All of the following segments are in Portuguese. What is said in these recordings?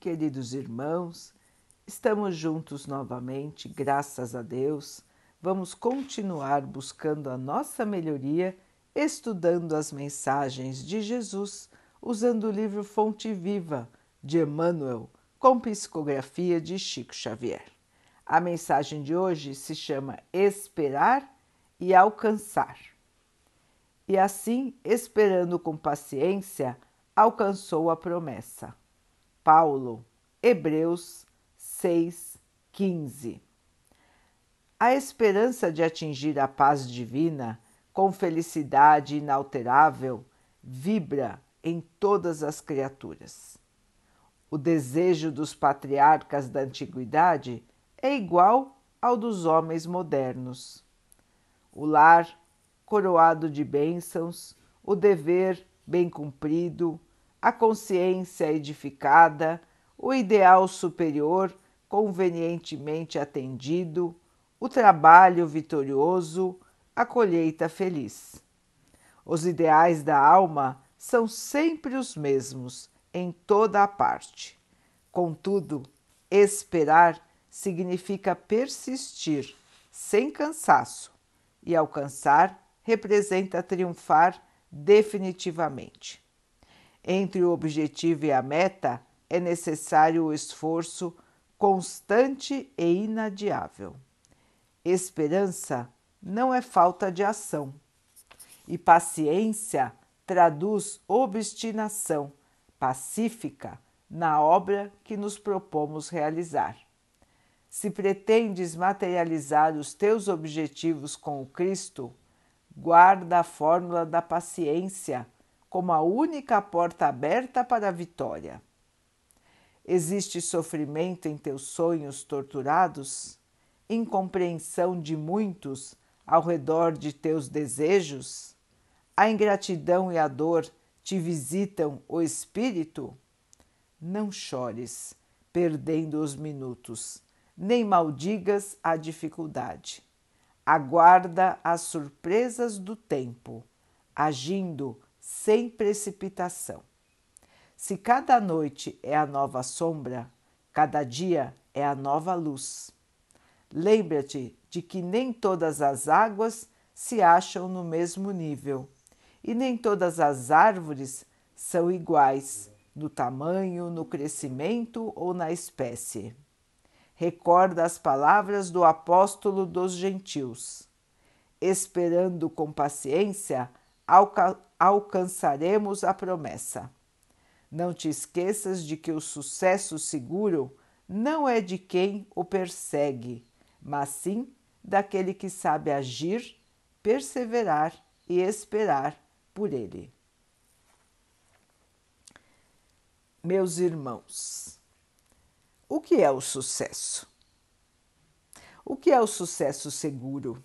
queridos irmãos, estamos juntos novamente, graças a Deus. Vamos continuar buscando a nossa melhoria, estudando as mensagens de Jesus, usando o livro Fonte Viva, de Emmanuel, com psicografia de Chico Xavier. A mensagem de hoje se chama Esperar e Alcançar. E assim, esperando com paciência, alcançou a promessa. Paulo, Hebreus 6:15. A esperança de atingir a paz divina, com felicidade inalterável, vibra em todas as criaturas. O desejo dos patriarcas da antiguidade é igual ao dos homens modernos. O lar, coroado de bênçãos, o dever bem cumprido, a consciência edificada, o ideal superior convenientemente atendido, o trabalho vitorioso, a colheita feliz. Os ideais da alma são sempre os mesmos em toda a parte. Contudo, esperar significa persistir sem cansaço, e alcançar representa triunfar definitivamente. Entre o objetivo e a meta é necessário o esforço constante e inadiável. Esperança não é falta de ação, e paciência traduz obstinação pacífica na obra que nos propomos realizar. Se pretendes materializar os teus objetivos com o Cristo, guarda a fórmula da paciência como a única porta aberta para a vitória. Existe sofrimento em teus sonhos torturados? Incompreensão de muitos ao redor de teus desejos? A ingratidão e a dor te visitam o espírito? Não chores, perdendo os minutos, nem maldigas a dificuldade. Aguarda as surpresas do tempo, agindo sem precipitação. Se cada noite é a nova sombra, cada dia é a nova luz. Lembra-te de que nem todas as águas se acham no mesmo nível, e nem todas as árvores são iguais no tamanho, no crescimento ou na espécie. Recorda as palavras do apóstolo dos gentios. Esperando com paciência, alcançaremos a promessa. Não te esqueças de que o sucesso seguro não é de quem o persegue, mas sim daquele que sabe agir, perseverar e esperar por ele. Meus irmãos, o que é o sucesso? O que é o sucesso seguro?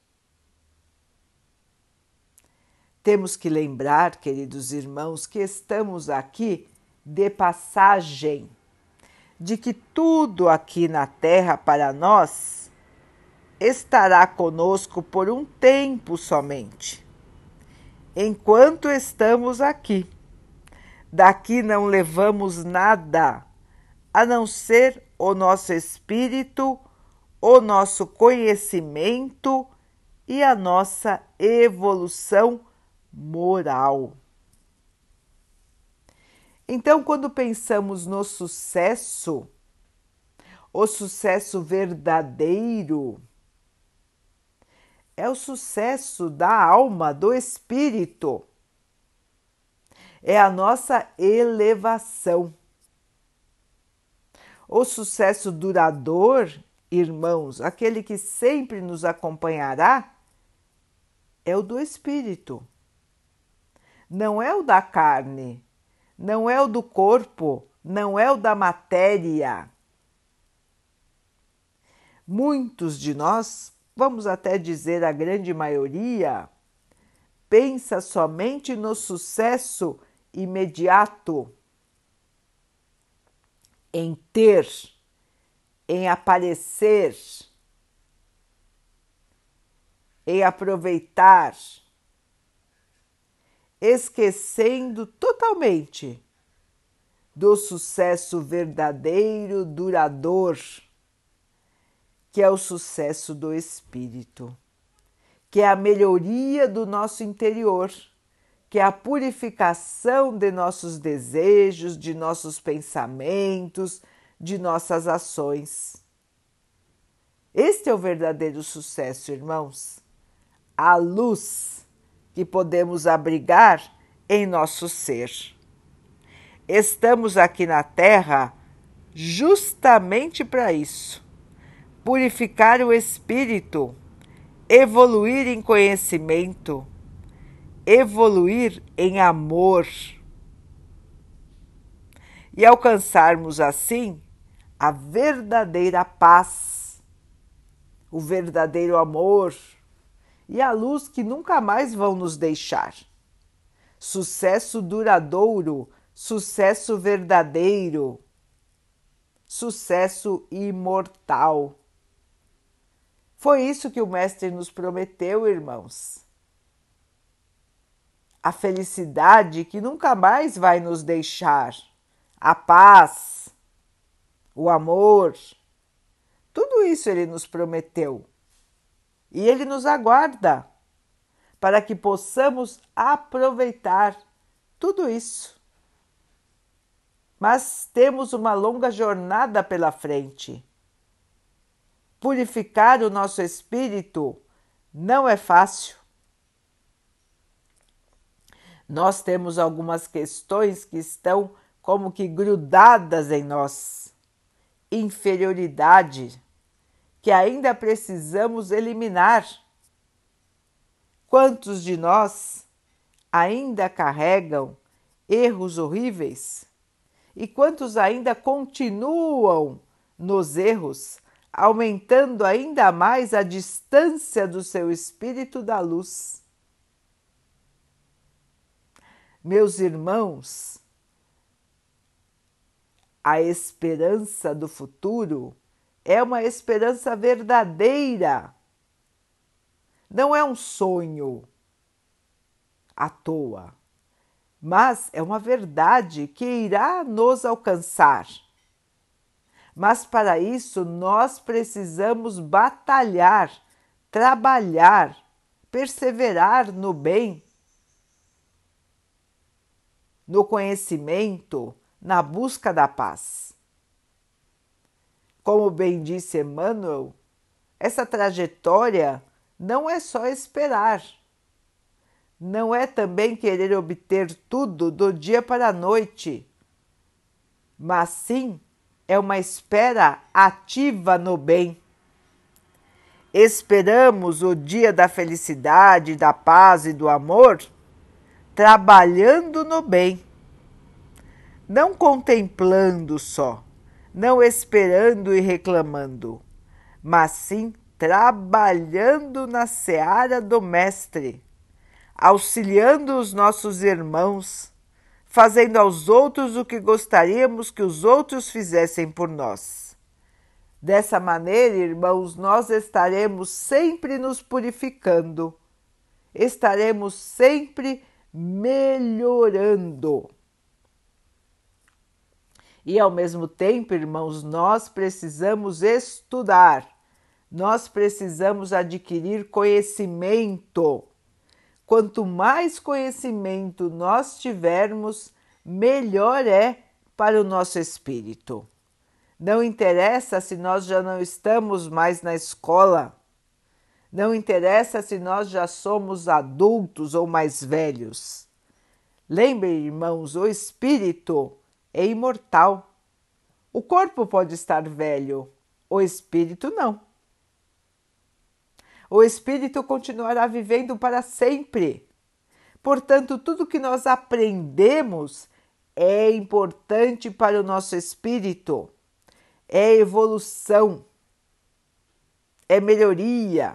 Temos que lembrar, queridos irmãos, que estamos aqui de passagem, de que tudo aqui na Terra para nós estará conosco por um tempo somente, enquanto estamos aqui. Daqui não levamos nada, a não ser o nosso espírito, o nosso conhecimento e a nossa evolução moral. Então, quando pensamos no sucesso, o sucesso verdadeiro é o sucesso da alma, do espírito. É a nossa elevação. O sucesso duradouro, irmãos, aquele que sempre nos acompanhará, é o do espírito. Não é o da carne, não é o do corpo, não é o da matéria. Muitos de nós, vamos até dizer a grande maioria, pensa somente no sucesso imediato, em ter, em aparecer, em aproveitar, esquecendo totalmente do sucesso verdadeiro, duradouro, que é o sucesso do espírito, que é a melhoria do nosso interior, que é a purificação de nossos desejos, de nossos pensamentos, de nossas ações. Este é o verdadeiro sucesso, irmãos. A luz que podemos abrigar em nosso ser. Estamos aqui na Terra justamente para isso. Purificar o espírito, evoluir em conhecimento, evoluir em amor e alcançarmos assim a verdadeira paz, o verdadeiro amor e a luz que nunca mais vão nos deixar. Sucesso duradouro, sucesso verdadeiro, sucesso imortal. Foi isso que o Mestre nos prometeu, irmãos. A felicidade que nunca mais vai nos deixar, a paz, o amor, tudo isso Ele nos prometeu. E Ele nos aguarda para que possamos aproveitar tudo isso. Mas temos uma longa jornada pela frente. Purificar o nosso espírito não é fácil. Nós temos algumas questões que estão como que grudadas em nós. Inferioridade, que ainda precisamos eliminar. Quantos de nós ainda carregam erros horríveis? E quantos ainda continuam nos erros, aumentando ainda mais a distância do seu espírito da luz? Meus irmãos, a esperança do futuro é uma esperança verdadeira. Não é um sonho à toa, mas é uma verdade que irá nos alcançar. Mas para isso nós precisamos batalhar, trabalhar, perseverar no bem, no conhecimento, na busca da paz. Como bem disse Emmanuel, essa trajetória não é só esperar, não é também querer obter tudo do dia para a noite, mas sim é uma espera ativa no bem. Esperamos o dia da felicidade, da paz e do amor, trabalhando no bem, não contemplando só, não esperando e reclamando, mas sim trabalhando na seara do Mestre, auxiliando os nossos irmãos, fazendo aos outros o que gostaríamos que os outros fizessem por nós. Dessa maneira, irmãos, nós estaremos sempre nos purificando, estaremos sempre melhorando. E ao mesmo tempo, irmãos, nós precisamos estudar, nós precisamos adquirir conhecimento. Quanto mais conhecimento nós tivermos, melhor é para o nosso espírito. Não interessa se nós já não estamos mais na escola, não interessa se nós já somos adultos ou mais velhos. Lembrem, irmãos, o espírito é imortal. O corpo pode estar velho, o espírito não. O espírito continuará vivendo para sempre. Portanto, tudo que nós aprendemos é importante para o nosso espírito. É evolução, é melhoria.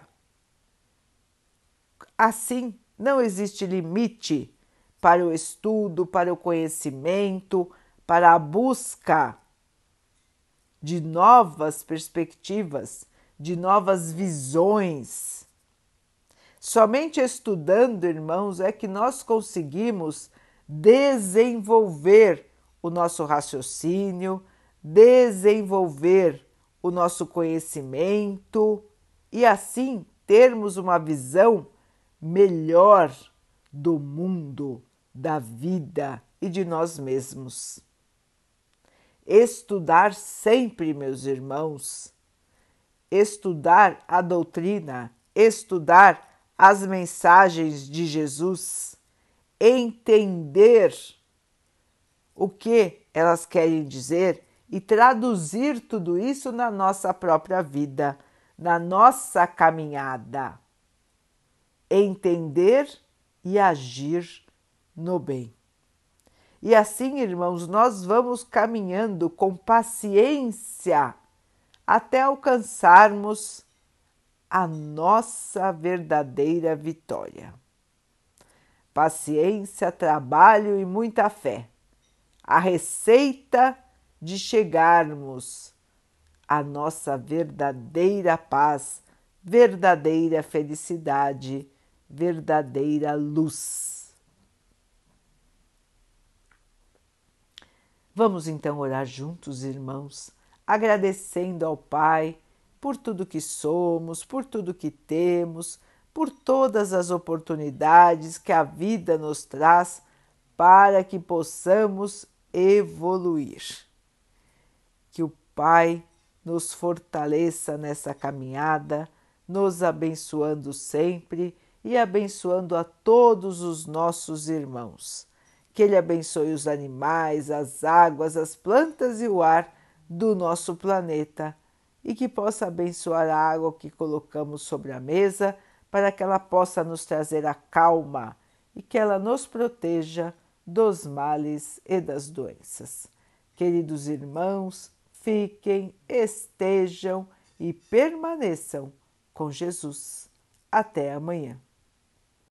Assim, não existe limite para o estudo, para o conhecimento, para a busca de novas perspectivas, de novas visões. Somente estudando, irmãos, é que nós conseguimos desenvolver o nosso raciocínio, desenvolver o nosso conhecimento e assim termos uma visão melhor do mundo, da vida e de nós mesmos. Estudar sempre, meus irmãos, estudar a doutrina, estudar as mensagens de Jesus, entender o que elas querem dizer e traduzir tudo isso na nossa própria vida, na nossa caminhada. Entender e agir no bem. E assim, irmãos, nós vamos caminhando com paciência até alcançarmos a nossa verdadeira vitória. Paciência, trabalho e muita fé. A receita de chegarmos à nossa verdadeira paz, verdadeira felicidade, verdadeira luz. Vamos então orar juntos, irmãos, agradecendo ao Pai por tudo que somos, por tudo que temos, por todas as oportunidades que a vida nos traz para que possamos evoluir. Que o Pai nos fortaleça nessa caminhada, nos abençoando sempre e abençoando a todos os nossos irmãos. Que Ele abençoe os animais, as águas, as plantas e o ar do nosso planeta e que possa abençoar a água que colocamos sobre a mesa para que ela possa nos trazer a calma e que ela nos proteja dos males e das doenças. Queridos irmãos, fiquem, estejam e permaneçam com Jesus. Até amanhã.